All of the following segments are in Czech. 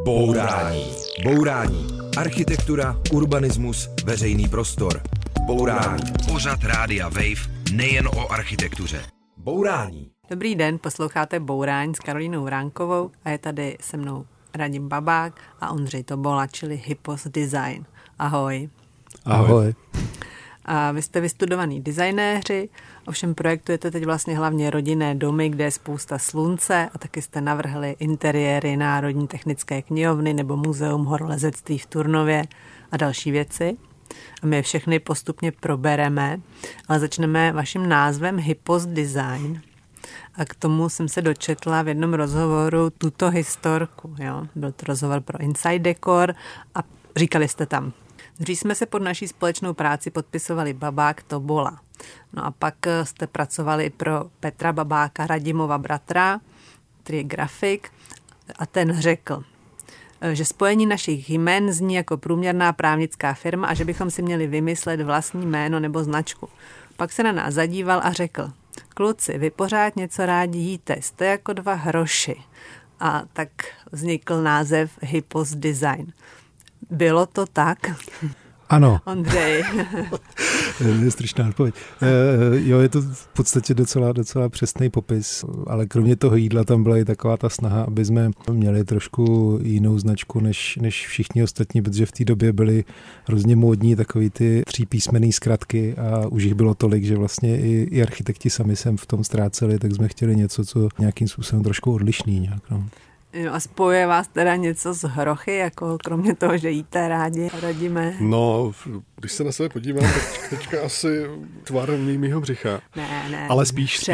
Bourání. Bourání. Architektura, urbanismus, veřejný prostor. Bourání. Pořad Rádia Wave nejen o architektuře. Bourání. Dobrý den, posloucháte Bourání s Karolínou Vránkovou a je tady se mnou Radim Babák a Ondřej Tobola, čili Hypos Design. Ahoj. Ahoj. A vy jste vystudovaní designéři, ovšem projektujete teď vlastně hlavně rodinné domy, kde je spousta slunce a taky jste navrhli interiéry Národní technické knihovny nebo Muzeum horolezectví v Turnově a další věci. A my je všechny postupně probereme, ale začneme vaším názvem Hypos Design. A k tomu jsem se dočetla v jednom rozhovoru tuto historku. Jo? Byl to rozhovor pro Inside Decor a říkali jste tam: dřív jsme se pod naší společnou práci podpisovali Babák Tobola. No a pak jste pracovali pro Petra Babáka, Radimova bratra, který je grafik, a ten řekl, že spojení našich jmen zní jako průměrná právnická firma a že bychom si měli vymyslet vlastní jméno nebo značku. Pak se na nás zadíval a řekl: kluci, vy pořád něco rádi jíte, jste jako 2 hroši. A tak vznikl název Hypos Design. Bylo to tak? Ano. Ondřej. Je stručná odpověď. Jo, je to v podstatě docela přesný popis, ale kromě toho jídla tam byla i taková ta snaha, aby jsme měli trošku jinou značku než všichni ostatní, protože v té době byly hrozně módní takový ty 3písmenný zkratky a už jich bylo tolik, že vlastně i architekti sami sem v tom ztráceli, tak jsme chtěli něco, co nějakým způsobem trošku odlišný nějak, no. Jo, a spojuje vás teda něco z hrochy, jako kromě toho, že jíte rádi, Radime? No, když se na sebe podívám, tak teďka asi tvar mýho břicha. Ne, ale spíš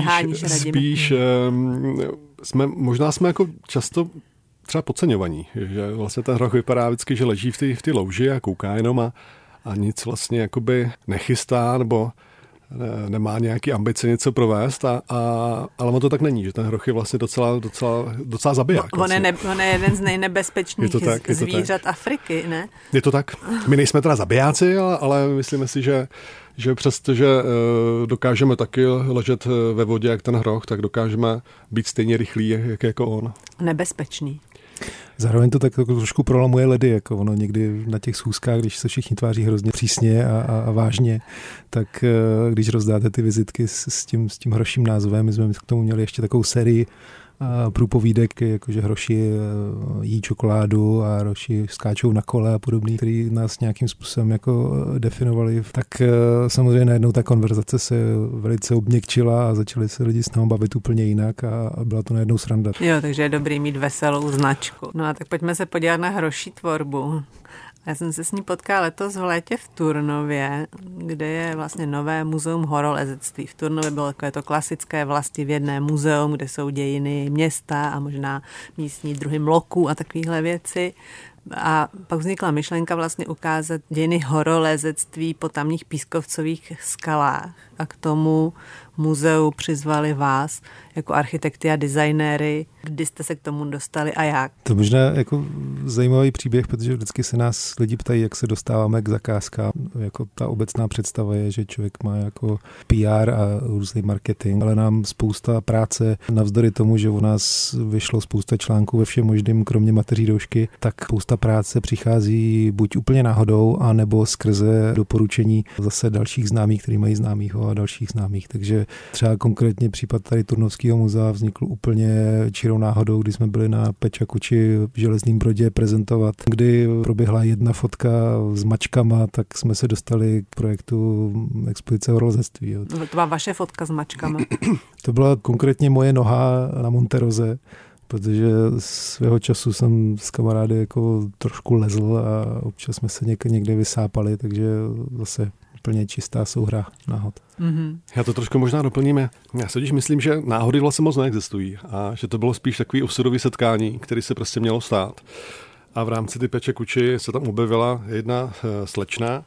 jsme jako často třeba podceňovaní, že vlastně ten hroch vypadá vždycky, že leží v té louži a kouká jenom a nic vlastně jakoby nechystá, nebo nemá nějaký ambice něco provést, ale ono to tak není, že ten hroch je vlastně docela zabiják. No, on je jeden z nejnebezpečnějších zvířat Afriky, ne? Je to tak. My nejsme teda zabijáci, ale myslíme si, že přestože dokážeme taky ležet ve vodě jak ten hroch, tak dokážeme být stejně rychlí jako on. Nebezpečný. Zároveň to tak trošku prolamuje ledy, jako ono někdy na těch schůzkách, když se všichni tváří hrozně přísně a vážně, tak když rozdáte ty vizitky s tím hroším názvem, my jsme k tomu měli ještě takovou sérii průpovídek, jakože hroši jí čokoládu a hroši skáčou na kole a podobný, který nás nějakým způsobem jako definovali. Tak samozřejmě najednou ta konverzace se velice obměkčila a začali se lidi s námi bavit úplně jinak a byla to najednou sranda. Jo, takže je dobrý mít veselou značku. No a tak pojďme se podívat na hroší tvorbu. Já jsem se s ní potkala letos v létě v Turnově, kde je vlastně nové muzeum horolezectví. V Turnově bylo takové to klasické vlastivědné muzeum, kde jsou dějiny města a možná místní druhy mloků a takovéhle věci. A pak vznikla myšlenka vlastně ukázat dějiny horolezectví po tamních pískovcových skalách. A k tomu muzeu přizvali vás jako architekty a designéry. Kdy jste se k tomu dostali a jak? To možná jako zajímavý příběh, protože vždycky se nás lidi ptají, jak se dostáváme k zakázkám. Jako ta obecná představa je, že člověk má jako PR a různý marketing, ale nám spousta práce, navzdory tomu, že u nás vyšlo spousta článků ve všem možným, kromě mateří doušky, tak spousta práce přichází buď úplně náhodou, anebo skrze doporučení zase dalších známých, který mají známýho a dalších známých. Takže třeba konkrétně případ tady Turnovského muzea vznikl úplně čirou náhodou, kdy jsme byli na Pečakuči v Železném Brodě prezentovat, kdy proběhla jedna fotka s mačkama, tak jsme se dostali k projektu expozice horolezectví. To byla vaše fotka s mačkama? To byla konkrétně moje noha na Monteroze, protože svého času jsem s kamarády jako trošku lezl a občas jsme se někde vysápali, takže zase úplně čistá souhra náhod. Mm-hmm. Já to trošku možná doplníme. Já si totiž myslím, že náhody vlastně moc neexistují a že to bylo spíš takový osudový setkání, který se prostě mělo stát. A v rámci ty Pečakuči se tam objevila jedna slečna,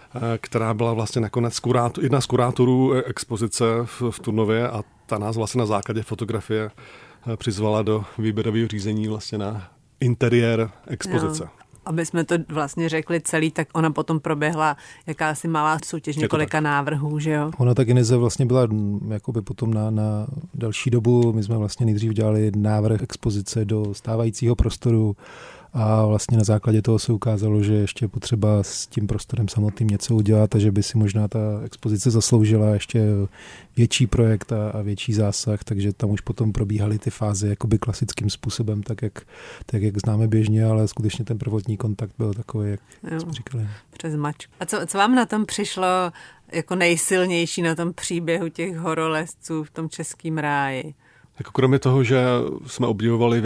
která byla vlastně nakonec jedna z kurátorů expozice v Turnově a ta nás vlastně na základě fotografie přizvala do výběrového řízení vlastně na interiér expozice. Jo. Aby jsme to vlastně řekli celý, tak ona potom proběhla jakási malá soutěž několika návrhů, že jo? Ona ta geneze vlastně byla jakoby potom na další dobu. My jsme vlastně nejdřív dělali návrh expozice do stávajícího prostoru a vlastně na základě toho se ukázalo, že ještě potřeba s tím prostorem samotným něco udělat a že by si možná ta expozice zasloužila ještě větší projekt a větší zásah, takže tam už potom probíhaly ty fáze jakoby klasickým způsobem, tak jak známe běžně, ale skutečně ten prvotní kontakt byl takový, jak jsme říkali. Přes mačku. A co vám na tom přišlo jako nejsilnější na tom příběhu těch horolezců v tom českém ráji? Jako kromě toho, že jsme obdivovali,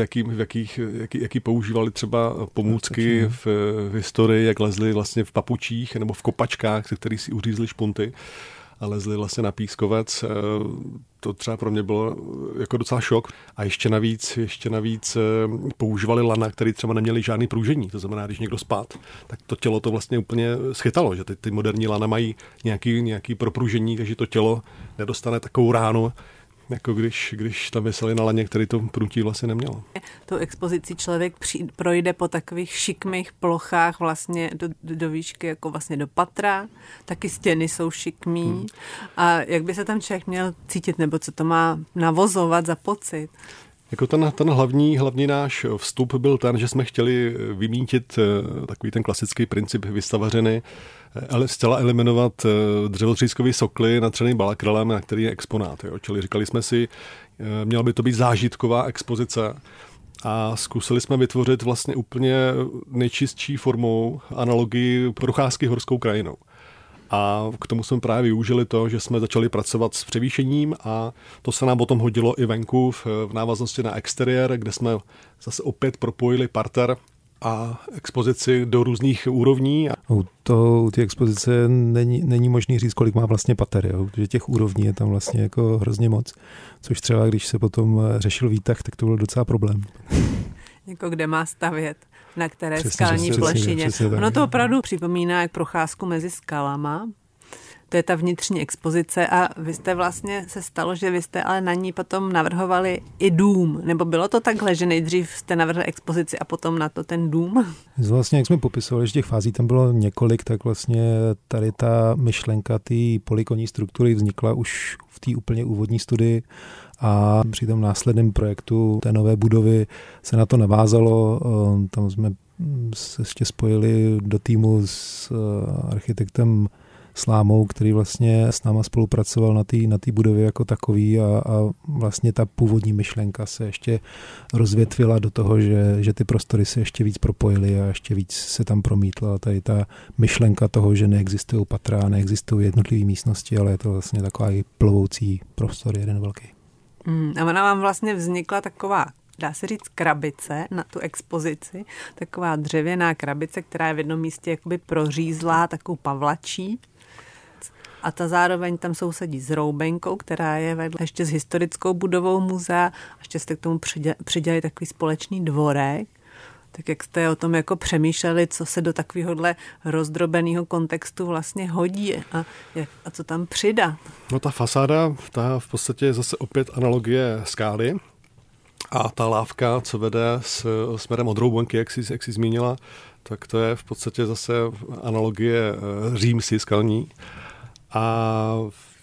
jaký používali třeba pomůcky v historii, jak lezli vlastně v papučích nebo v kopačkách, ze kterých si uřízli špunty a lezli vlastně na pískovec. To třeba pro mě bylo jako docela šok. A ještě navíc používali lana, který třeba neměli žádný průžení. To znamená, když někdo spad, tak to tělo to vlastně úplně schytalo, že ty moderní lana mají nějaký propružení, takže to tělo nedostane takovou ránu, jako když tam vyseli na laně, který to prutí vlastně nemělo. Tou expozicí člověk projde po takových šikmých plochách vlastně do výšky, jako vlastně do patra, taky stěny jsou šikmý. A jak by se tam člověk měl cítit, nebo co to má navozovat za pocit? Jako ten hlavní náš vstup byl ten, že jsme chtěli vymítit takový ten klasický princip vystavařiny, ale zcela eliminovat dřevotřískový sokly natřený balakrelem, na který je exponát. Jo. Čili říkali jsme si, měla by to být zážitková expozice a zkusili jsme vytvořit vlastně úplně nejčistší formou analogii procházky horskou krajinou. A k tomu jsme právě využili to, že jsme začali pracovat s převýšením a to se nám potom hodilo i venku v návaznosti na exteriér, kde jsme zase opět propojili parter a expozici do různých úrovní. U té expozice není možný říct, kolik má vlastně pater, jo? Protože těch úrovní je tam vlastně jako hrozně moc, což třeba když se potom řešil výtah, tak to byl docela problém. Jako kde má stavět, na které skalní plošině. Ono to opravdu připomíná jak procházku mezi skalama. To je ta vnitřní expozice a vy jste vlastně se stalo, že vy jste ale na ní potom navrhovali i dům. Nebo bylo to takhle, že nejdřív jste navrhli expozici a potom na to ten dům? Vlastně, jak jsme popisovali, že těch fází tam bylo několik, tak vlastně tady ta myšlenka té polygonní struktury vznikla už v té úplně úvodní studii a při tom následném projektu té nové budovy se na to navázalo. Tam jsme se ještě spojili do týmu s architektem Slámou, který vlastně s náma spolupracoval na té budově jako takový a vlastně ta původní myšlenka se ještě rozvětvila do toho, že ty prostory se ještě víc propojily a ještě víc se tam promítla tady ta myšlenka toho, že neexistují patra, neexistují jednotlivé místnosti, ale je to vlastně takový plovoucí prostor, jeden velký. A ona vám vlastně vznikla taková, dá se říct, krabice na tu expozici, taková dřevěná krabice, která je v jednom místě jakoby prořízlá, takovou pavlačí. A ta zároveň tam sousedí s roubenkou, která je vedle ještě s historickou budovou muzea. A ještě jste k tomu přidělali takový společný dvorek. Tak jak jste o tom jako přemýšleli, co se do takovéhohle rozdrobeného kontextu vlastně hodí a co tam přidat? No ta fasáda, ta v podstatě je zase opět analogie skály. A ta lávka, co vede směrem od roubenky, jak jsi zmínila, tak to je v podstatě zase analogie římsy skalní. A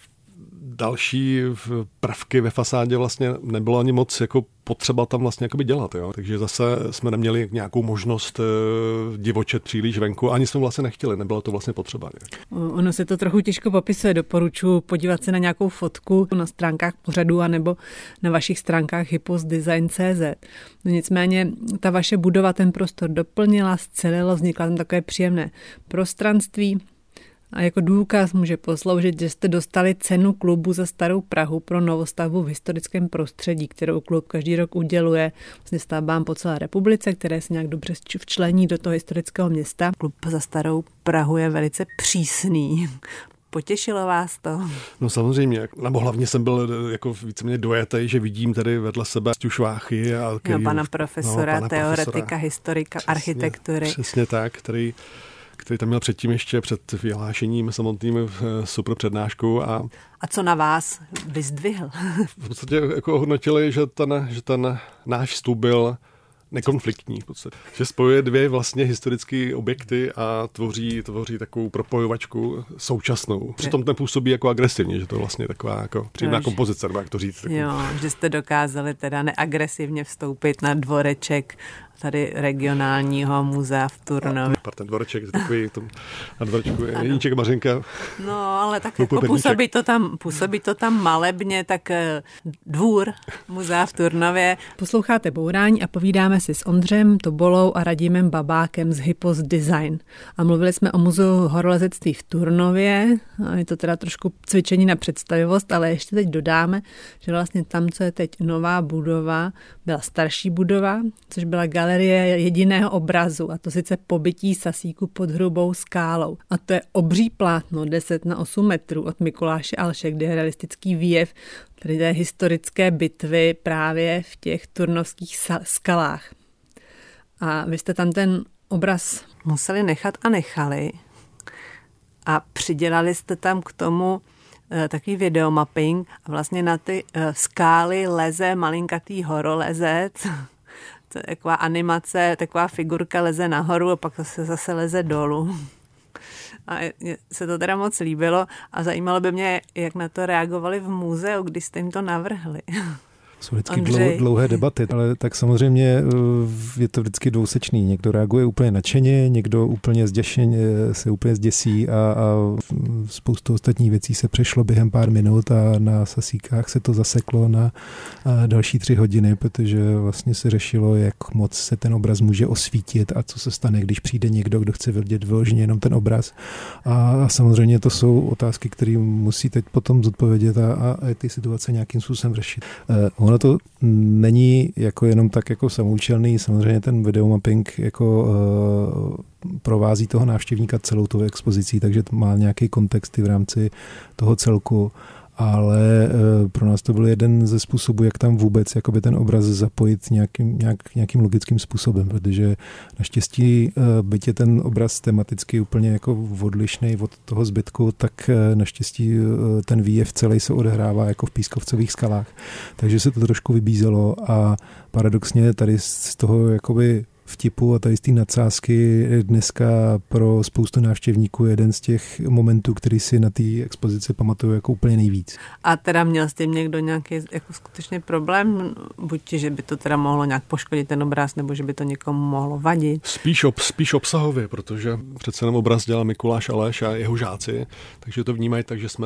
další prvky ve fasádě vlastně nebylo ani moc jako potřeba tam vlastně jakoby dělat. Jo? Takže zase jsme neměli nějakou možnost divočet příliš venku, ani jsme vlastně nechtěli, nebylo to vlastně potřeba. Ne? Ono se to trochu těžko popisuje, doporučuji podívat se na nějakou fotku na stránkách pořadu anebo na vašich stránkách hyposdesign.cz. No nicméně ta vaše budova ten prostor doplnila, zcelila, vznikla tam takové příjemné prostranství. A jako důkaz může posloužit, že jste dostali cenu klubu za Starou Prahu pro novostavbu v historickém prostředí, kterou klub každý rok uděluje vlastně stavbám po celé republice, které se nějak dobře včlení do toho historického města. Klub za Starou Prahu je velice přísný. Potěšilo vás to? No samozřejmě, nebo hlavně jsem byl jako víceméně dojetej, že vidím tady vedle sebe Šváchy a pana profesora, teoretika, historika, architektury. Přesně tak, který tam měl předtím ještě před vyhlášením samotným super přednášku. A co na vás vyzdvihl? V podstatě jako hodnotili, že ten náš vstup byl nekonfliktní. V podstatě. Že spojuje dvě vlastně historické objekty a tvoří takovou propojovačku současnou. Přitom ten působí jako agresivně, že to je vlastně taková jako příjemná kompozice, nebo jak to říct. Jo, že jste dokázali teda neagresivně vstoupit na dvoreček tady regionálního muzea v Turnově. Ten dvoreček, takový na dvorečku je Jeníček Mařenka. No, ale tak jako působí to tam malebně, tak dvůr muzea v Turnově. Posloucháte Bourání a povídáme si s Ondřejem Tobolou a Radimem Babákem z Hypos Design. A mluvili jsme o muzeu horolezectví v Turnově. Je to teda trošku cvičení na představivost, ale ještě teď dodáme, že vlastně tam, co je teď nová budova, byla starší budova, což byla galerie jediného obrazu, a to sice Pobytí Sasíku pod Hrubou skálou. A to je obří plátno 10x8 metrů od Mikuláše Alše, kde je realistický výjev tedy té historické bitvy právě v těch turnovských skalách. A vy jste tam ten obraz museli nechat a nechali a přidělali jste tam k tomu takový videomapping a vlastně na ty skály leze malinkatý horolezec. To je taková animace, taková figurka leze nahoru a pak se zase leze dolů. A se to teda moc líbilo a zajímalo by mě, jak na to reagovali v muzeu, když jste jim to navrhli. Jsou vždycky dlouhé debaty, ale tak samozřejmě je to vždycky dvousečný. Někdo reaguje úplně nadšeně, někdo úplně se úplně zděsí a spoustu ostatních věcí se přešlo během pár minut a na Sasíkách se to zaseklo na další 3 hodiny, protože vlastně se řešilo, jak moc se ten obraz může osvítit a co se stane, když přijde někdo, kdo chce vidět vyloženě jenom ten obraz. A samozřejmě to jsou otázky, které musí teď potom zodpovědět a ty situace nějakým způsobem řešit. Ono to není jako jenom tak jako samoučelný, samozřejmě ten videomapping jako provází toho návštěvníka celou tou expozicí, takže to má nějaký kontext v rámci toho celku, ale pro nás to byl jeden ze způsobů, jak tam vůbec jakoby ten obraz zapojit nějakým logickým způsobem, protože naštěstí, byť je ten obraz tematicky úplně jako odlišný od toho zbytku, tak naštěstí ten výjev celý se odehrává jako v pískovcových skalách, takže se to trošku vybízelo a paradoxně tady z toho jakoby vtipu a tady z té nadsázky dneska pro spoustu návštěvníků jeden z těch momentů, který si na té expozici pamatuju jako úplně nejvíc. A teda měl s tím někdo nějaký jako skutečně problém? Buď, že by to teda mohlo nějak poškodit ten obraz, nebo že by to někomu mohlo vadit? Spíš obsahově, protože přece jenom obraz dělal Mikuláš Aleš a jeho žáci, takže to vnímají tak, že jsme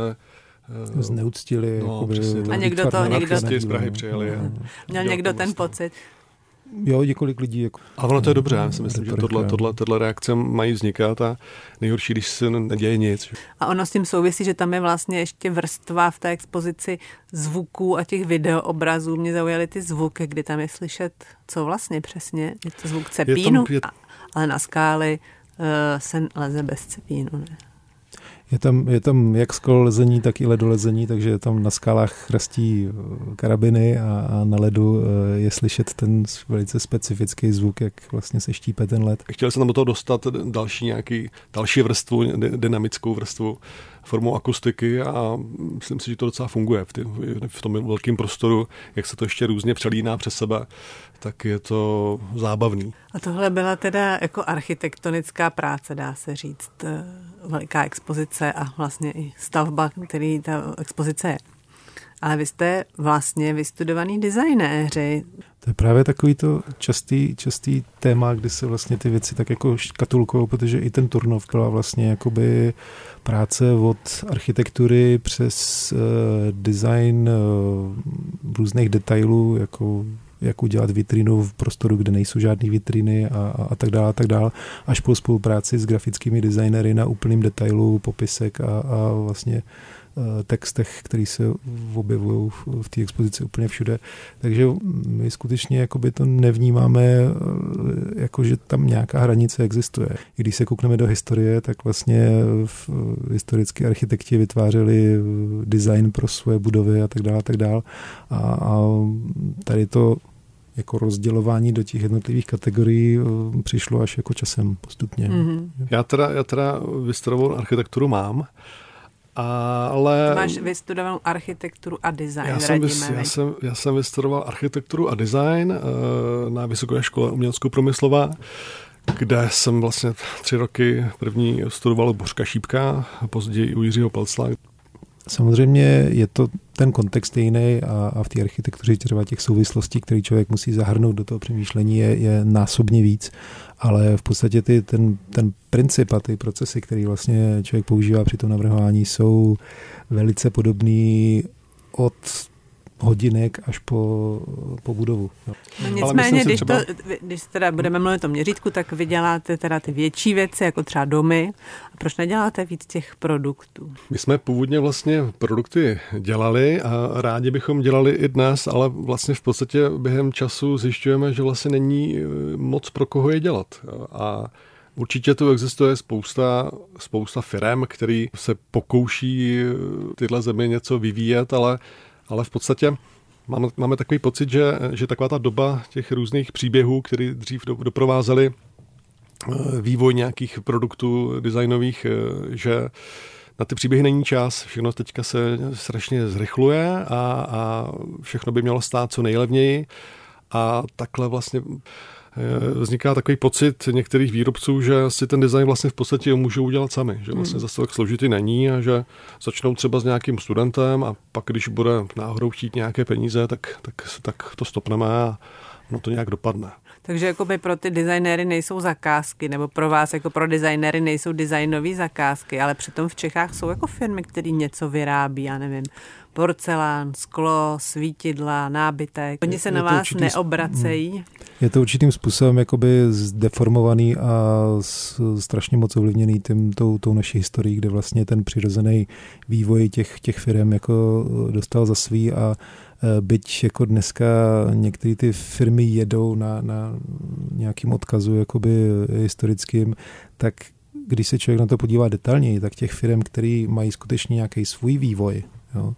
zneuctili. A někdo z Prahy přijeli. Měl někdo ten pocit? Jo, několik lidí. Jako... A ono to je dobře, já si myslím, že tohle reakce mají vznikat a nejhorší, když se neděje nic. A ono s tím souvisí, že tam je vlastně ještě vrstva v té expozici zvuků a těch videoobrazů. Mě zaujaly ty zvuky, kdy tam je slyšet, co vlastně přesně. Je to zvuk cepínu, ale na skály se leze bez cepínu, ne? Je tam jak skololezení, tak i ledolezení, takže tam na skálách chrastí karabiny a na ledu je slyšet ten velice specifický zvuk, jak vlastně se štípe ten led. Chtěl jsem tam do toho dostat další vrstvu, dynamickou vrstvu formou akustiky a myslím si, že to docela funguje v tom velkém prostoru, jak se to ještě různě přelíná přes sebe, tak je to zábavný. A tohle byla teda jako architektonická práce, dá se říct, veliká expozice a vlastně i stavba, který ta expozice je. Ale vy jste vlastně vystudovaný designéři. To je právě takový to častý téma, kdy se vlastně ty věci tak jako škatulkou, protože i ten Turnov byla vlastně jakoby práce od architektury přes design různých detailů, jako jak udělat vitrínu v prostoru, kde nejsou žádné vitríny a tak dále, až po spolupráci s grafickými designery na úplným detailu, popisek a vlastně textech, který se objevují v té expozici úplně všude. Takže my skutečně jakoby to nevnímáme, jako že tam nějaká hranice existuje. I když se koukneme do historie, tak vlastně historicky architekti vytvářeli design pro svoje budovy a tak dále. A tady to jako rozdělování do těch jednotlivých kategorií přišlo až jako časem postupně. Mm-hmm. Já teda vystudovanou architekturu mám, ale... Máš vystudovanou architekturu a design. Já jsem vystudoval architekturu a design na Vysoké škole umělecko-průmyslová, kde jsem vlastně 3 roky první studoval Bořka Šípka, později u Jiřího Pelcla. Samozřejmě je to ten kontext jiný a v té architektuře třeba těch souvislostí, které člověk musí zahrnout do toho přemýšlení, je násobně víc, ale v podstatě ten princip a ty procesy, které vlastně člověk používá při tom navrhování, jsou velice podobný od hodinek až po budovu. No nicméně, když teda budeme mluvit o měřítku, tak vy děláte teda ty větší věci, jako třeba domy. A proč neděláte víc těch produktů? My jsme původně vlastně produkty dělali a rádi bychom dělali i dnes, ale vlastně v podstatě během času zjišťujeme, že vlastně není moc pro koho je dělat. A určitě tu existuje spousta firem, který se pokouší tyhle země něco vyvíjet, ale v podstatě máme takový pocit, že taková ta doba těch různých příběhů, které dřív doprovázely vývoj nějakých produktů designových, že na ty příběhy není čas, všechno teďka se strašně zrychluje a všechno by mělo stát co nejlevněji a takhle vlastně vzniká takový pocit některých výrobců, že si ten design vlastně v podstatě můžou udělat sami, že vlastně zase tak složitý není a že začnou třeba s nějakým studentem a pak, když bude náhodou chtít nějaké peníze, tak to stopneme a no to nějak dopadne. Takže jakoby pro ty designéry nejsou zakázky, nebo pro vás jako pro designéry nejsou designové zakázky, ale přitom v Čechách jsou jako firmy, které něco vyrábí, já nevím, porcelán, sklo, svítidla, nábytek. Oni se na vás neobracejí. Je to určitým způsobem jakoby zdeformovaný a strašně moc ovlivněný tou naší historií, kde vlastně ten přirozený vývoj těch firm jako dostal za svý a byť jako dneska některé ty firmy jedou na nějakým odkazu jakoby historickým, tak když se člověk na to podívá detailněji, tak těch firm, které mají skutečně nějaký svůj vývoj, jo,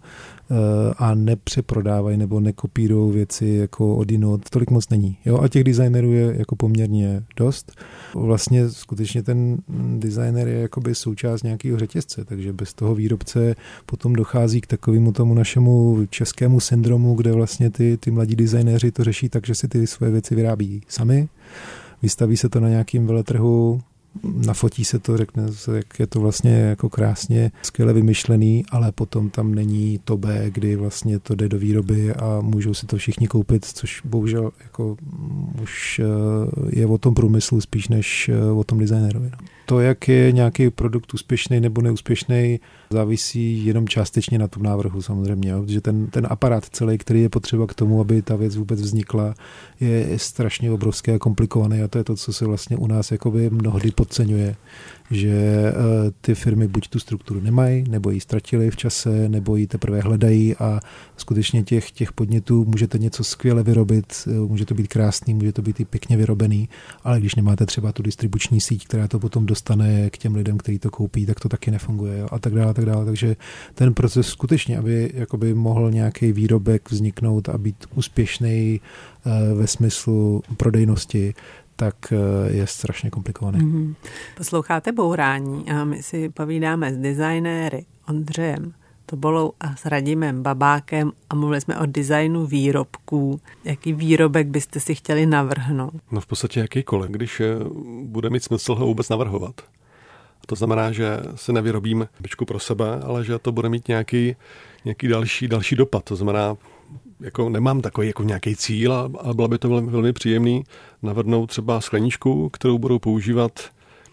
a nepřeprodávají nebo nekopírují věci jako odinut, tolik moc není. Jo? A těch designerů je jako poměrně dost. Vlastně skutečně ten designer je jakoby součást nějakého řetězce, takže bez toho výrobce potom dochází k takovému tomu našemu českému syndromu, kde vlastně ty mladí designéři to řeší tak, že si ty svoje věci vyrábí sami, vystaví se to na nějakým veletrhu, nafotí se to, řekne se, jak je to vlastně jako krásně, skvěle vymyšlený, ale potom tam není to B, kdy vlastně to jde do výroby a můžou si to všichni koupit, což bohužel jako už je o tom průmyslu spíš než o tom designérovi. To, jak je nějaký produkt úspěšný nebo neúspěšný, závisí jenom částečně na tom návrhu samozřejmě, protože ten aparát celý, který je potřeba k tomu, aby ta věc vůbec vznikla, je strašně obrovský a komplikovaný a to je to, co se vlastně u nás jakoby mnohdy podceňuje, že ty firmy buď tu strukturu nemají, nebo ji ztratili v čase, nebo ji teprve hledají a skutečně těch podnětů můžete něco skvěle vyrobit, může to být krásný, může to být i pěkně vyrobený, ale když nemáte třeba tu distribuční síť, která to potom dostane k těm lidem, kteří to koupí, tak to taky nefunguje a tak dále, tak dále. Takže ten proces skutečně, aby jakoby mohl nějaký výrobek vzniknout a být úspěšný ve smyslu prodejnosti, tak je strašně komplikovaný. Posloucháte Bourání a my si povídáme s designéry Ondřejem Tobolou a s Radimem Babákem a mluvili jsme o designu výrobků. Jaký výrobek byste si chtěli navrhnout? No v podstatě jakýkoliv, když bude mít smysl ho vůbec navrhovat. To znamená, že se nevyrobím bičku pro sebe, ale že to bude mít nějaký další dopad. To znamená, jako nemám takový jako nějaký cíl a bylo by to velmi příjemný navrhnout třeba skleničku, kterou budou používat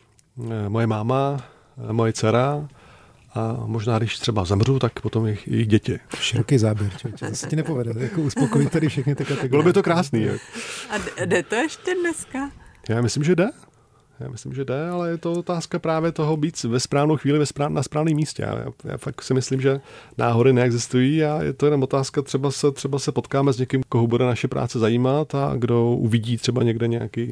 moje máma, moje dcera a možná, když třeba zemřu, tak potom jejich děti. Široký záběr, to se ti nepovede, jako uspokojit tady všechny ty kategorie. Bylo by to krásný. Jak. A jde to ještě dneska? Já myslím, že jde. Ale je to otázka právě toho být ve správnou chvíli na správném místě. Já fakt si myslím, že náhody neexistují a je to jenom otázka, třeba se potkáme s někým, koho bude naše práce zajímat a kdo uvidí třeba někde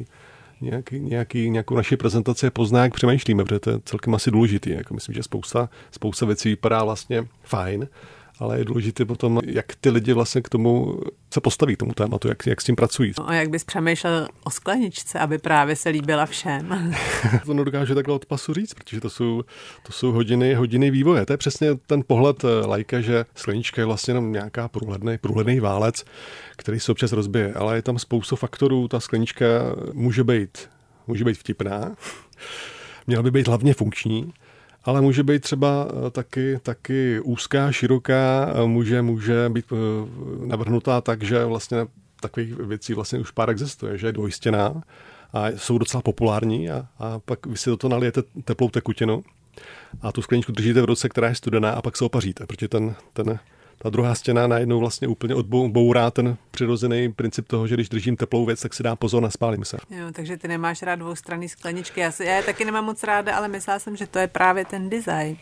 nějakou naši prezentaci a pozná, jak přemýšlíme, protože to je celkem asi důležitý. Jako myslím, že spousta věcí vypadá vlastně fajn, ale je důležité potom, jak ty lidi vlastně k tomu se postaví, k tomu tématu, jak s tím pracují. No a jak bys přemýšlel o skleničce, aby právě se líbila všem? To nedokážu takhle od pasu říct, protože to jsou hodiny vývoje. To je přesně ten pohled laika, že sklenička je vlastně jenom nějaká průhledný válec, který se občas rozbije, ale je tam spoustu faktorů. Ta sklenička může být vtipná, měla by být hlavně funkční, ale může být třeba taky úzká, široká, může být navrhnutá tak, že vlastně takových věcí vlastně už pár existuje, že je dvojstěná a jsou docela populární a pak vy si do toho nalijete teplou tekutinu a tu skleničku držíte v ruce, která je studená a pak se opaříte, protože ta druhá stěna najednou vlastně úplně odbourá ten přirozený princip toho, že když držím teplou věc, tak si dá pozor, nespálím se. Jo, takže ty nemáš rád dvoustranný skleničky. Já je taky nemám moc ráda, ale myslela jsem, že to je právě ten design.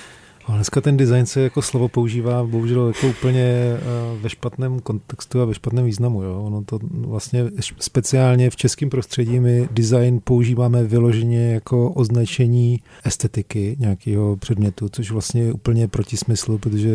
A dneska ten design se jako slovo používá bohužel jako úplně ve špatném kontextu a ve špatném významu. Jo? Ono to vlastně speciálně v českém prostředí my design používáme vyloženě jako označení estetiky nějakého předmětu, což vlastně je úplně proti smyslu, protože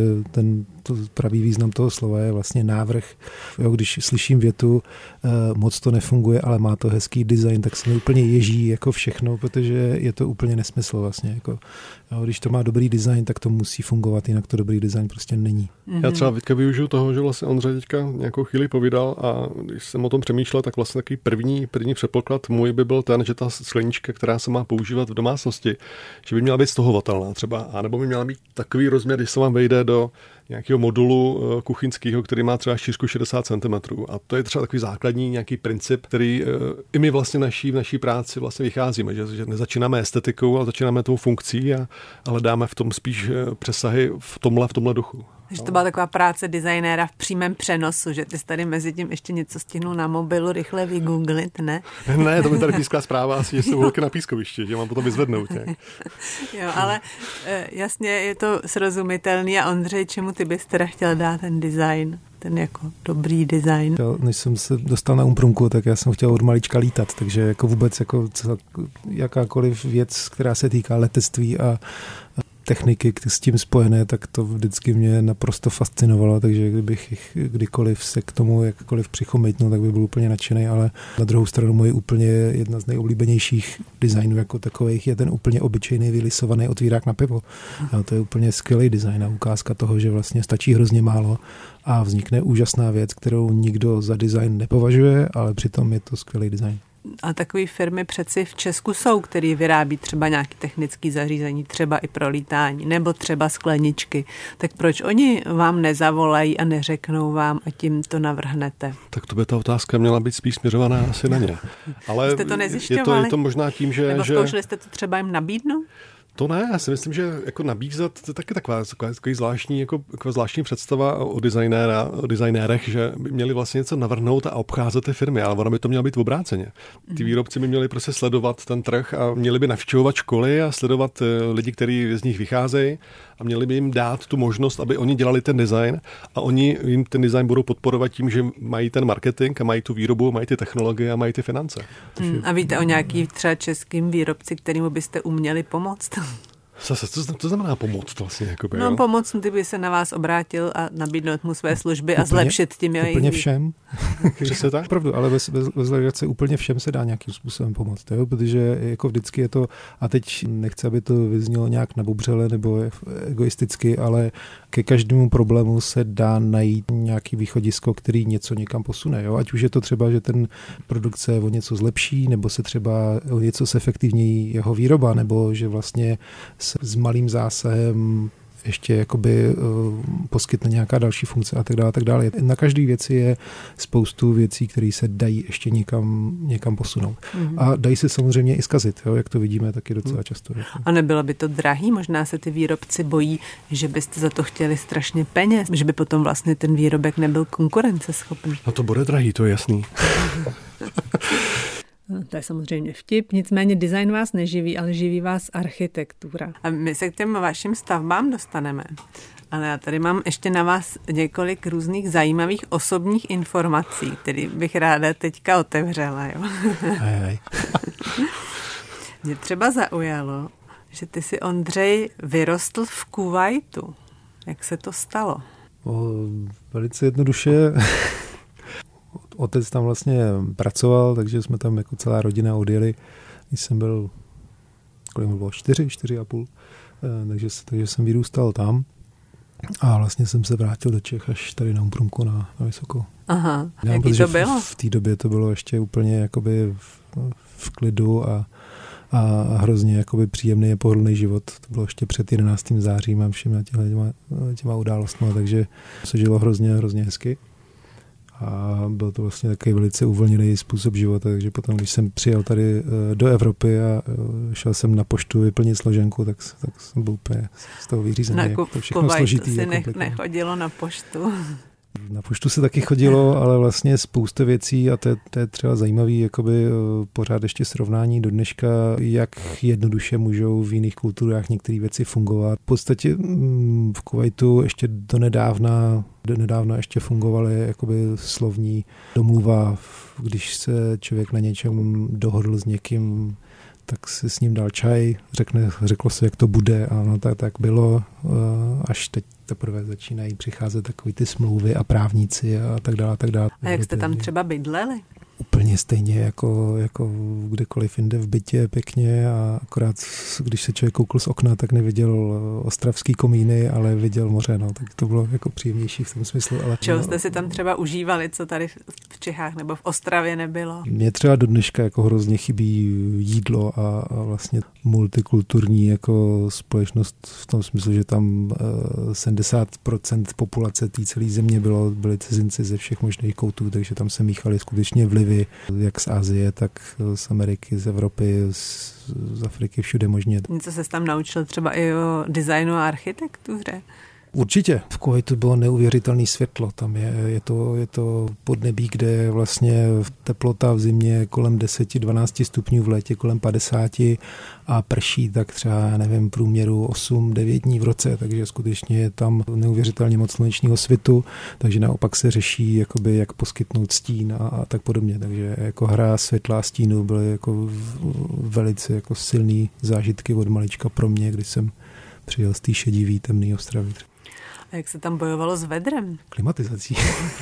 to pravý význam toho slova je vlastně návrh. Jo, když slyším větu, moc to nefunguje, ale má to hezký design, tak se mi úplně ježí jako všechno, protože je to úplně nesmysl vlastně. Jako, jo, když to má dobrý design, tak to musí fungovat, jinak to dobrý design prostě není. Já třeba teďka využiju toho, že vlastně Ondřej teďka nějakou chvíli povídal a když jsem o tom přemýšlel, tak vlastně takový první předpoklad můj by byl ten, že ta sklenička, která se má používat v domácnosti, že by měla být stahovatelná třeba, anebo by měla mít takový rozměr, když se vám vejde do nějakého modulu kuchyňského, který má třeba šířku 60 cm. A to je třeba takový základní nějaký princip, který i my vlastně v naší práci vlastně vycházíme, že nezačínáme estetikou, ale začínáme tou funkcí a hledáme v tom spíš přesahy v tomhle duchu. Takže to byla taková práce designéra v přímém přenosu, že ty jsi tady mezi tím ještě něco stihnul na mobilu rychle vygooglit, ne? Ne, to mi tady píská zpráva asi, že jsou holky na pískovišti, že mám potom vyzvednout nějak. Jo, ale jasně je to srozumitelný a Ondřej, čemu ty bys teda chtěl dát ten design? Ten jako dobrý design. Než jsem se dostal na Umprumku, tak já jsem chtěl od malička lítat, takže jako vůbec jako jakákoliv věc, která se týká letectví a techniky s tím spojené, tak to vždycky mě naprosto fascinovalo, takže kdybych kdykoliv se k tomu jakkoliv přichomejtnul, tak bych byl úplně nadšený, ale na druhou stranu moje úplně jedna z nejoblíbenějších designů jako takových je ten úplně obyčejný vylisovaný otvírák na pivo. Jo, to je úplně skvělý design a ukázka toho, že vlastně stačí hrozně málo a vznikne úžasná věc, kterou nikdo za design nepovažuje, ale přitom je to skvělý design. A takové firmy přeci v Česku jsou, které vyrábí třeba nějaké technické zařízení, třeba i pro lítání, nebo třeba skleničky. Tak proč oni vám nezavolají a neřeknou vám a tím to navrhnete? Tak to by ta otázka měla být spíš směřovaná asi na ně. Ale jste to nezjišťovali? Je to možná tím, že... Nebo zkoušeli jste to třeba jim nabídnout? To ne, já si myslím, že jako nabízet, to je taky taková zvláštní představa o designérech, že by měli vlastně něco navrhnout a obcházet ty firmy, ale ono by to mělo být obráceně. Ty výrobci by měli prostě sledovat ten trh a měli by navštěvovat školy a sledovat lidi, kteří z nich vycházejí a měli by jim dát tu možnost, aby oni dělali ten design a oni jim ten design budou podporovat tím, že mají ten marketing a mají tu výrobu, mají ty technologie a mají ty finance. A víte o nějaký třeba českým výrobci, kterému byste uměli pomoct? Zase, to znamená pomoct vlastně? Jakoby, no pomoct, kdyby se na vás obrátil a nabídnout mu své služby a zlepšit tím jejich... Úplně všem. Přesně tak? Pravdu, ale bez legrace úplně všem se dá nějakým způsobem pomoct, jo? Protože jako vždycky je to, a teď nechci, aby to vyznělo nějak nabubřele nebo egoisticky, ale ke každému problému se dá najít nějaký východisko, který něco někam posune. Jo? Ať už je to třeba, že ten produkt se o něco zlepší, nebo se třeba o něco zefektivní jeho výroba, nebo že vlastně s malým zásahem ještě jakoby poskytne nějaká další funkce a tak dále. Na každé věci je spoustu věcí, které se dají ještě někam posunout. A dají se samozřejmě i zkazit, jo, jak to vidíme taky docela často. A nebylo by to drahý? Možná se ty výrobci bojí, že byste za to chtěli strašně peněz, že by potom vlastně ten výrobek nebyl konkurenceschopný. No to bude drahý, to je jasný. To je samozřejmě vtip, nicméně design vás neživí, ale živí vás architektura. A my se k těm vašim stavbám dostaneme. Ale já tady mám ještě na vás několik různých zajímavých osobních informací, které bych ráda teďka otevřela. Jo? Mě třeba zaujalo, že ty si, Ondřej, vyrostl v Kuvajtu. Jak se to stalo? Velice jednoduše... Otec tam vlastně pracoval, takže jsme tam jako celá rodina odjeli, když jsem byl, kolik mi bylo, 4,5, takže jsem vyrůstal tam a vlastně jsem se vrátil do Čech až tady na Umprumku na Vysokou. Aha, jaký to bylo? V té době to bylo ještě úplně jakoby v klidu a a hrozně jakoby příjemný a pohodlný život. To bylo ještě před 11. zářím a všemi těma událostmi, takže se žilo hrozně hezky. A byl to vlastně takový velice uvolněný způsob života, takže potom, když jsem přijel tady do Evropy a šel jsem na poštu vyplnit složenku, tak jsem byl úplně z toho vyřízený. To všechno složitý. Si nechodilo na poštu. Na poštu se taky chodilo, ale vlastně spousta věcí a to je třeba zajímavý, jakoby pořád ještě srovnání do dneška, jak jednoduše můžou v jiných kulturách některé věci fungovat. V podstatě v Kuvajtu ještě donedávna ještě fungovaly jakoby slovní domluva, když se člověk na něčem dohodl s někým, tak si s ním dal čaj, řeklo se, jak to bude, a no tak bylo, až teď teprve začínají přicházet takový ty smlouvy a právníci a tak dále. A jak jste tam třeba bydleli? Úplně stejně jako kdekoliv jinde v bytě pěkně, a akorát když se člověk koukl z okna, tak neviděl ostravský komíny, ale viděl moře, no, tak to bylo jako příjemnější v tom smyslu. Ale čeho jste si tam třeba užívali, co tady v Čechách nebo v Ostravě nebylo? Mně třeba do dneška jako hrozně chybí jídlo a vlastně multikulturní jako společnost v tom smyslu, že tam 70% populace té celé země byli cizinci ze všech možných koutů, takže tam se míchali skutečně vlivy, jak z Asie, tak z Ameriky, z Evropy, z Afriky, všude možně. Něco se tam naučil třeba i o designu a architektuře? Určitě. V Kuvajtu bylo neuvěřitelné světlo. Tam je to podnebí, kde je vlastně teplota v zimě kolem 10-12 stupňů, v létě kolem 50 a prší tak třeba, nevím, průměru 8-9 dní v roce, takže skutečně je tam neuvěřitelně moc slunečního svitu, takže naopak se řeší, jakoby, jak poskytnout stín a tak podobně. Takže jako hra světla a stínu byly jako velice jako silný zážitky od malička pro mě, když jsem přijel z té šedivý temný Ostravy. A jak se tam bojovalo s vedrem? Klimatizací.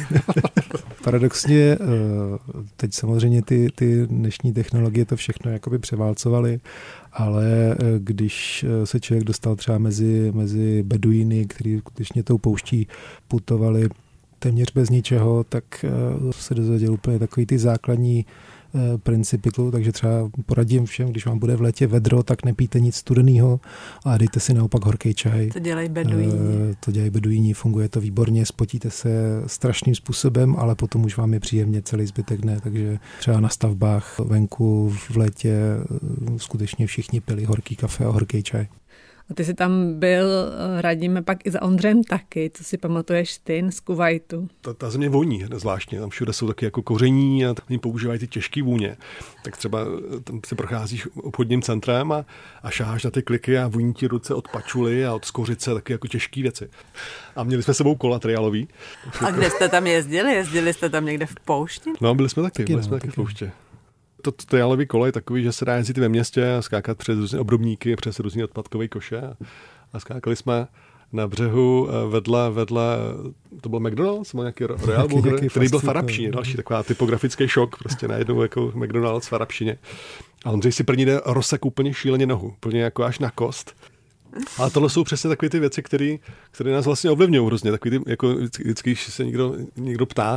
Paradoxně, teď samozřejmě ty dnešní technologie to všechno jakoby převálcovaly, ale když se člověk dostal třeba mezi beduíny, kteří skutečně tou pouští putovali téměř bez ničeho, tak se dozvěděl úplně takový ty základní principy, takže třeba poradím všem, když vám bude v létě vedro, tak nepijte nic studeného a dejte si naopak horký čaj. To dělají beduíni. To dělají beduíni, funguje to výborně, spotíte se strašným způsobem, ale potom už vám je příjemně celý zbytek dne, takže třeba na stavbách venku v létě skutečně všichni pili horký kafe a horký čaj. A ty jsi tam byl, radíme pak i za Ondřejem taky, co si pamatuješ ty z Kuvajtu? Ta země voní zvláštně, tam všude jsou taky jako koření a oni používají ty těžké vůně. Tak třeba tam si procházíš obchodním centrem a šáháš na ty kliky a voní ti ruce od pačuly a od skořice, taky jako těžké věci. A měli jsme s sebou kola triálový. A kde jste tam jezdili? Jezdili jste tam někde v poušti? No, byli jsme taky v pouště. To triálový kolo je takový, že se dá jezdit ve městě a skákat přes různé obrubníky, přes různé odpadkové koše a skákali jsme na břehu vedle to byl McDonald's, nějaký Royal Burger, který byl v arabštině, další taková typografický šok, prostě najednou jako McDonald's v arabštině. A Ondřej si první den rozsek úplně šíleně nohu, úplně jako až na kost. Ale tohle jsou přesně takové ty věci, které nás vlastně ovlivňují hrozně. Takový ty, jako vždycky, když se někdo ptá,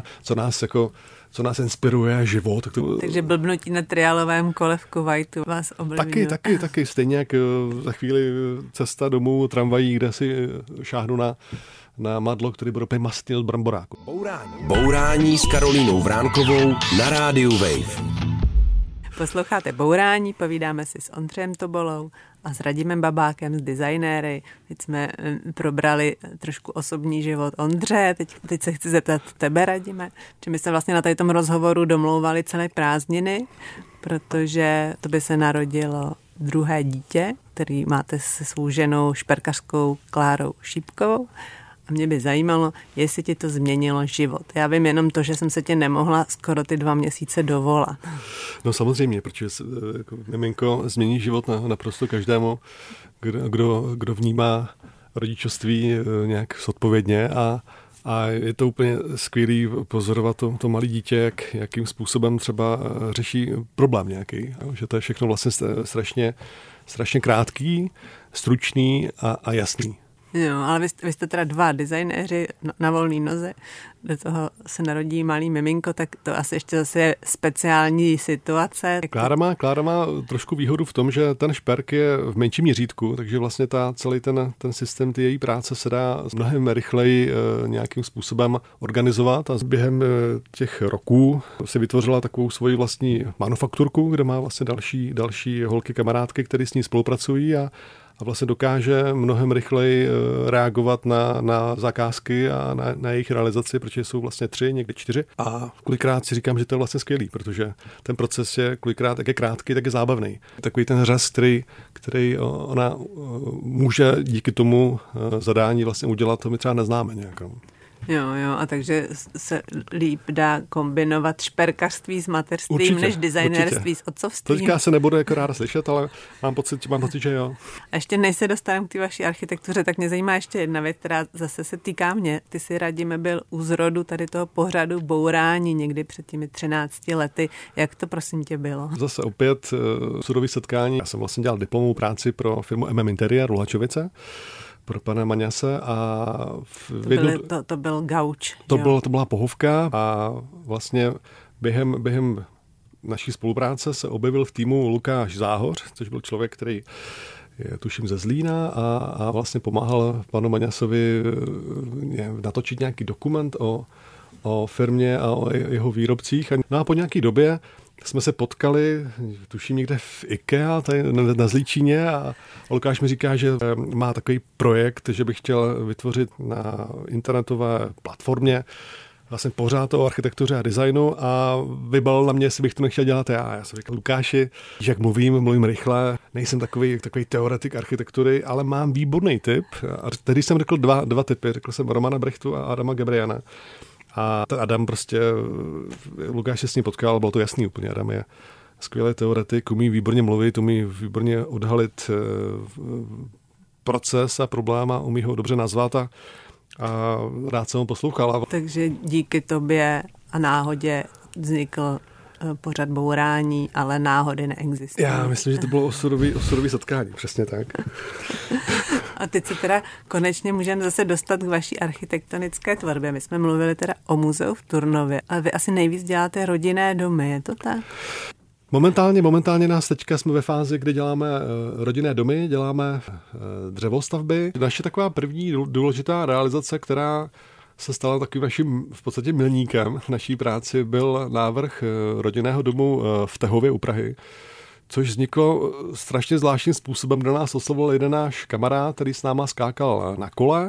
co nás inspiruje život. Takže blbnutí na triálovém kole v Kuvajtu vás ovlivňuje. Taky. Stejně jak za chvíli cesta domů tramvají, kde si šáhnu na madlo, který bude opět mastný od bramboráku. Bourání s Karolínou Vránkovou na rádiu Wave. Posloucháte Bourání, povídáme si s Ondřejem Tobolou a s Radimem Babákem, s designéry. Teď jsme probrali trošku osobní život Ondře, teď se chci zeptat tebe, Radime. Či my jsme vlastně na tom rozhovoru domlouvali celé prázdniny, protože to by se narodilo druhé dítě, který máte se svou ženou šperkařkou Klárou Šípkovou. A mě by zajímalo, jestli ti to změnilo život. Já vím jenom to, že jsem se tě nemohla skoro ty 2 měsíce dovolat. No samozřejmě, protože jako miminko změní život naprosto každému, kdo vnímá rodičovství nějak zodpovědně a je to úplně skvělý pozorovat to malé dítě, jakým způsobem třeba řeší problém nějaký. Že to je všechno vlastně strašně krátký, stručný a jasný. Jo, ale vy jste teda 2 designéři na volné noze, do toho se narodí malý miminko, tak to asi ještě zase je speciální situace. Klára má trošku výhodu v tom, že ten šperk je v menším měřítku, takže vlastně celý ten systém ty její práce se dá mnohem rychleji nějakým způsobem organizovat a během těch roků si vytvořila takovou svoji vlastní manufakturku, kde má vlastně další holky kamarádky, které s ní spolupracují a vlastně dokáže mnohem rychleji reagovat na zakázky a na jejich realizaci, protože jsou vlastně 3, někdy 4. A kolikrát si říkám, že to je vlastně skvělý, protože ten proces je kolikrát jak je krátký, tak je zábavný. Takový ten řez, který ona může díky tomu zadání vlastně udělat, to my třeba neznáme nějak. Jo, a takže se líp dá kombinovat šperkařství s mateřstvím, určitě, než designérství s otcovstvím. To říká se nebude jako ráda slyšet, ale mám pocit, že jo. A ještě než se dostaneme k té vaší architektuře, tak mě zajímá ještě jedna věc, která zase se týká mě. Ty si, Radime, byl u zrodu tady toho pořadu Bourání někdy před těmi 13 lety. Jak to prosím tě bylo? Zase opět sudový setkání. Já jsem vlastně dělal diplomovou práci pro firmu Interiér Luhačovice, pro pana Maňase a to byl gauč. To byla pohovka a vlastně během naší spolupráce se objevil v týmu Lukáš Záhoř, což byl člověk, který je tuším ze Zlína a vlastně pomáhal panu Maňasovi natočit nějaký dokument o firmě a o jeho výrobcích. No a po nějaký době jsme se potkali, tuším někde v IKEA, tady na Zlíčině a Lukáš mi říká, že má takový projekt, že by chtěl vytvořit na internetové platformě vlastně pořád o architektuře a designu a vybalil na mě, jestli bych to nechtěl dělat já. Já jsem říkal, Lukáši, že jak mluvím rychle, nejsem takový teoretik architektury, ale mám výborný tip. A tehdy jsem řekl dva tipy, řekl jsem Romana Brechtu a Adama Gabriana. A ten Adam prostě, Lukáš se s ním potkal, bylo to jasný úplně. Adam je skvělý teoretik, umí výborně mluvit, umí výborně odhalit proces a problém a umí ho dobře nazvat a rád jsem ho poslouchal. Takže díky tobě a náhodě vznikl pořad Bourání, ale náhody neexistují. Já myslím, že to bylo osudový setkání, přesně tak. A teď se teda konečně můžeme zase dostat k vaší architektonické tvorbě. My jsme mluvili teda o muzeu v Turnově, ale vy asi nejvíc děláte rodinné domy, je to tak? Momentálně nás teďka jsme ve fázi, kdy děláme rodinné domy, děláme dřevostavby. Naše taková první důležitá realizace, která se stala takovým naším v podstatě milníkem v naší práci, byl návrh rodinného domu v Tehově u Prahy, což vzniklo strašně zvláštním způsobem, kde nás oslovil jeden náš kamarád, který s náma skákal na kole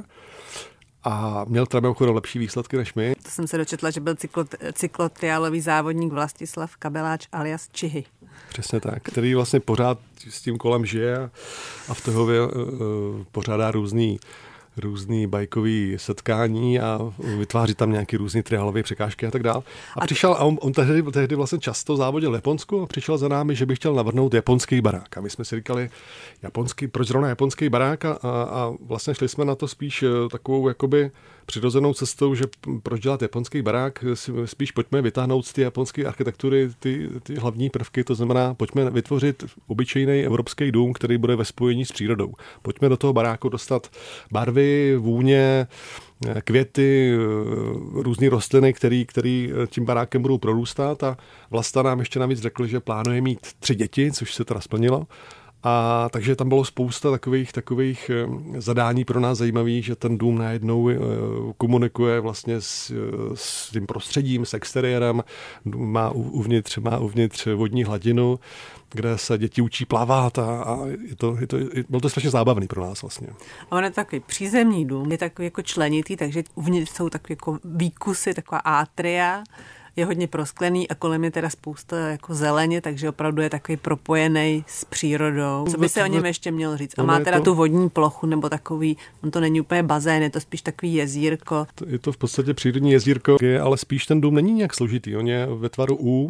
a měl třeba mimochodem lepší výsledky než my. To jsem se dočetla, že byl cyklotriálový závodník Vlastislav Kabeláč alias Čihy. Přesně tak, který vlastně pořád s tím kolem žije a v Tehově pořádá různý bajkový setkání a vytváří tam nějaké různé triálové překážky a tak dále. A přišel, a on tehdy vlastně často závodil v Japonsku a přišel za námi, že by chtěl navrhnout japonský barák. A my jsme si říkali, proč zrovna japonský barák a vlastně šli jsme na to spíš takovou jakoby přirozenou cestou, že proč dělat japonský barák, spíš pojďme vytáhnout z té japonské architektury ty hlavní prvky, to znamená, pojďme vytvořit obyčejný evropský dům, který bude ve spojení s přírodou. Pojďme do toho baráku dostat barvy, vůně, květy, různé rostliny, který tím barákem budou prorůstat a Vlasta nám ještě navíc řekl, že plánuje mít 3 děti, což se teda splnilo. A takže tam bylo spousta takových zadání pro nás zajímavých, že ten dům najednou komunikuje vlastně s tím prostředím, s exteriérem, má uvnitř vodní hladinu, kde se děti učí plavat a bylo to strašně zábavný pro nás vlastně. A on je takový přízemní dům, je takový jako členitý, takže uvnitř jsou takové jako výkusy, taková atria, je hodně prosklený a kolem je teda spousta jako zeleně, takže opravdu je takový propojený s přírodou. Co by se o něm ještě mělo říct? A má teda tu vodní plochu nebo takový, on to není úplně bazén, je to spíš takový jezírko. Je to v podstatě přírodní jezírko, ale spíš ten dům není nějak složitý, on je ve tvaru U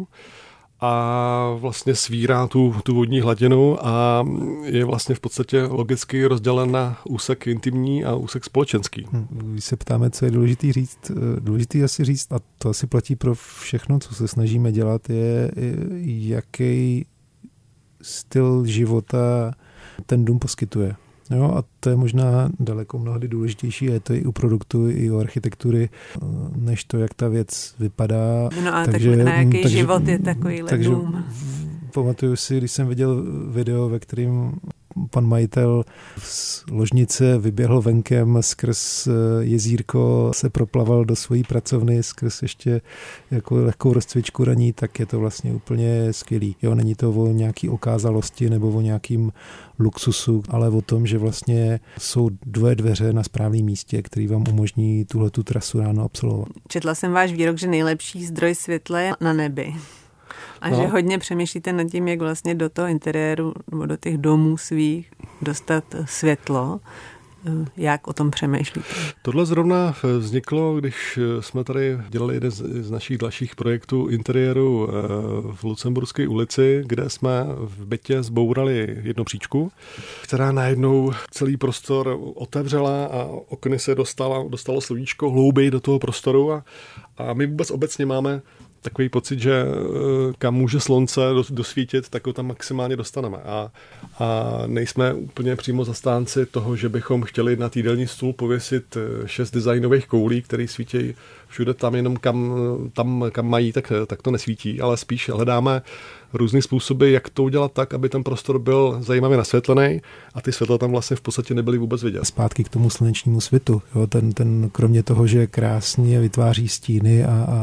a vlastně svírá tu vodní hladinu a je vlastně v podstatě logicky rozdělen na úsek intimní a úsek společenský. Když se ptáme, co je důležitý asi říct, a to asi platí pro všechno, co se snažíme dělat, je, jaký styl života ten dům poskytuje. Jo, a to je možná daleko mnohdy důležitější, je to i u produktu, i u architektury, než to, jak ta věc vypadá. No a takže, tak na jaký život je takovýhle dům? Pamatuju si, když jsem viděl video, ve kterém pan majitel z ložnice vyběhl venkem skrz jezírko, se proplaval do svojí pracovny skrz ještě jako lehkou rozcvičku raní, tak je to vlastně úplně skvělý. Jo, není to o nějaký okázalosti nebo o nějakým luxusu, ale o tom, že vlastně jsou dvě dveře na správném místě, který vám umožní tuhletu trasu ráno absolvovat. Četla jsem váš výrok, že nejlepší zdroj světla je na nebi. A že hodně přemýšlíte nad tím, jak vlastně do toho interiéru nebo do těch domů svých dostat světlo. Jak o tom přemýšlíte? Tohle zrovna vzniklo, když jsme tady dělali jeden z našich dalších projektů interiéru v Lucemburské ulici, kde jsme v bytě zbourali jednu příčku, která najednou celý prostor otevřela a okny se dostalo sluníčko hlouběji do toho prostoru a my vůbec obecně máme takový pocit, že kam může slunce dosvítit, tak ho tam maximálně dostaneme. A nejsme úplně přímo zastánci toho, že bychom chtěli na týdelní stůl pověsit 6 designových koulí, které svítí všude tam, jenom kam mají, tak to nesvítí, ale spíš hledáme různý způsoby, jak to udělat tak, aby ten prostor byl zajímavě nasvětlený a ty světla tam vlastně v podstatě nebyly vůbec vidět. Zpátky k tomu slunečnímu svitu. Jo, ten kromě toho, že krásně vytváří stíny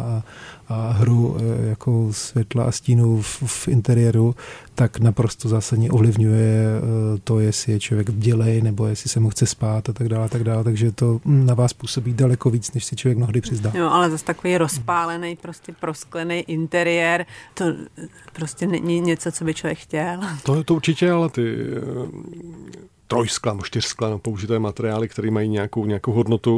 a hru jako světla a stínů v interiéru, tak naprosto zásadně ovlivňuje to, jestli je člověk bdělej, nebo jestli se mu chce spát a tak dále, takže to na vás působí daleko víc, než si člověk mnohdy přizdá. Jo, ale zase takový rozpálený, prostě prosklený interiér, to prostě není něco, co by člověk chtěl. To určitě, ale ty trojskla, čtyřskla, použité materiály, které mají nějakou hodnotu,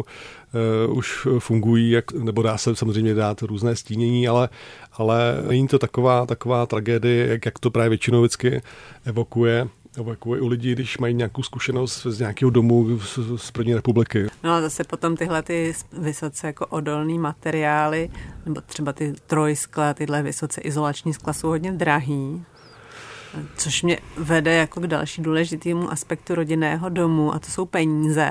už fungují, nebo dá se samozřejmě dát různé stínění, ale není to taková tragédie, jak to právě většinou vždycky evokuje u lidí, když mají nějakou zkušenost z nějakého domu z první republiky. No a zase potom tyhle ty vysoce jako odolný materiály, nebo třeba ty trojskla, tyhle vysoce izolační skla jsou hodně drahý. Což mě vede jako k další důležitému aspektu rodinného domu a to jsou peníze.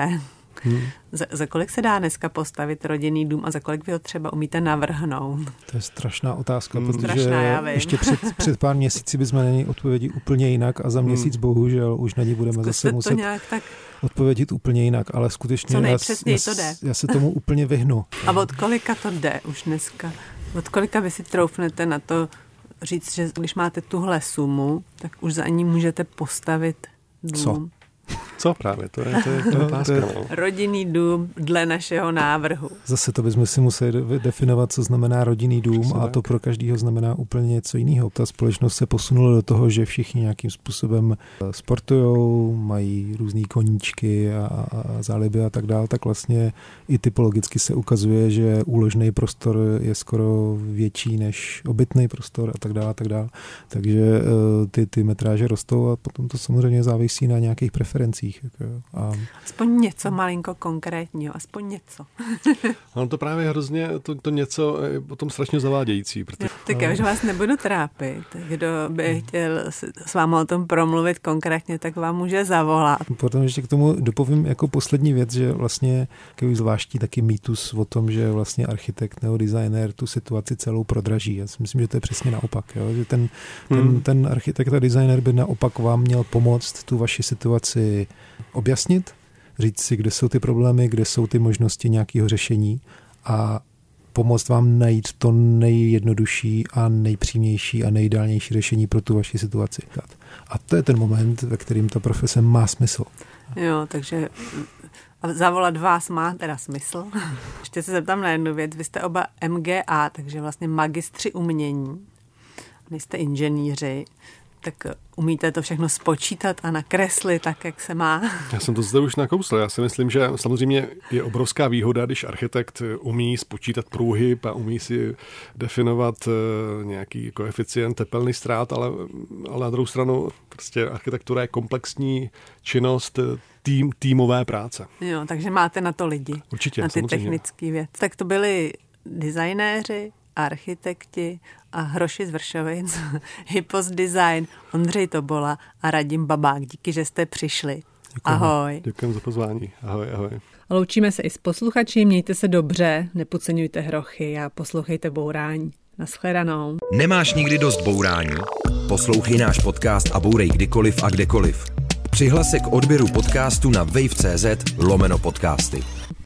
Za kolik se dá dneska postavit rodinný dům a za kolik vy ho třeba umíte navrhnout? To je strašná otázka, protože ještě před pár měsíci bychom na něj odpověděli úplně jinak a za měsíc bohužel už na ní budeme zase muset odpovědět úplně jinak, ale skutečně já se tomu úplně vyhnu. A od kolika to jde už dneska? Od kolika vy si troufnete na to říct, že když máte tuhle sumu, tak už za ní můžete postavit dům? Co právě? To je otázka. Rodinný dům dle našeho návrhu. Zase to bychom si museli definovat, co znamená rodinný dům. Přesně a tak. To pro každého znamená úplně něco jiného. Ta společnost se posunula do toho, že všichni nějakým způsobem sportujou, mají různý koníčky a záliby a tak dále, tak vlastně i typologicky se ukazuje, že úložný prostor je skoro větší než obytný prostor a tak dále, tak dále. Takže ty metráže rostou a potom to samozřejmě závisí na nějakých preferencích. Aspoň něco malinko konkrétního, aspoň něco. Ono to právě hrozně, to něco je potom strašně zavádějící. Protože... Tak já už vás nebudu trápit. Kdo by chtěl s vámi o tom promluvit konkrétně, tak vám může zavolat. Potom ještě k tomu dopovím jako poslední věc, že vlastně takový zvláštní taky mýtus o tom, že vlastně architekt nebo designér tu situaci celou prodraží. Já si myslím, že to je přesně naopak. Jo? Že ten architekt a designér by naopak vám měl pomoct tu vaši situaci objasnit, říct si, kde jsou ty problémy, kde jsou ty možnosti nějakého řešení a pomoct vám najít to nejjednodušší a nejpřímější a nejideálnější řešení pro tu vaši situaci. A to je ten moment, ve kterým ta profese má smysl. Jo, takže zavolat vás má teda smysl. Ještě se zeptám na jednu věc. Vy jste oba MGA, takže vlastně magistři umění. Nejste inženýři. Tak umíte to všechno spočítat a nakreslit tak, jak se má? Já jsem to zde už nakousl. Já si myslím, že samozřejmě je obrovská výhoda, když architekt umí spočítat průhyb a umí si definovat nějaký koeficient tepelný ztrát, ale na druhou stranu prostě architektura je komplexní činnost, týmové práce. Jo, takže máte na to lidi. Určitě, na ty technické věci. Tak to byli designéři, architekti a Hroši z Vršovic, Hypos Design, Ondřej Tobola a Radim Babák. Díky, že jste přišli. Ahoj. Děkujeme za pozvání. Ahoj, ahoj. Loučíme se i s posluchači, mějte se dobře, nepodceňujte hrochy a poslouchejte bourání. Naschledanou. Nemáš nikdy dost bourání? Poslouchej náš podcast a bourej kdykoliv a kdekoliv. Přihlas se k odběru podcastu na wave.cz/podcasty.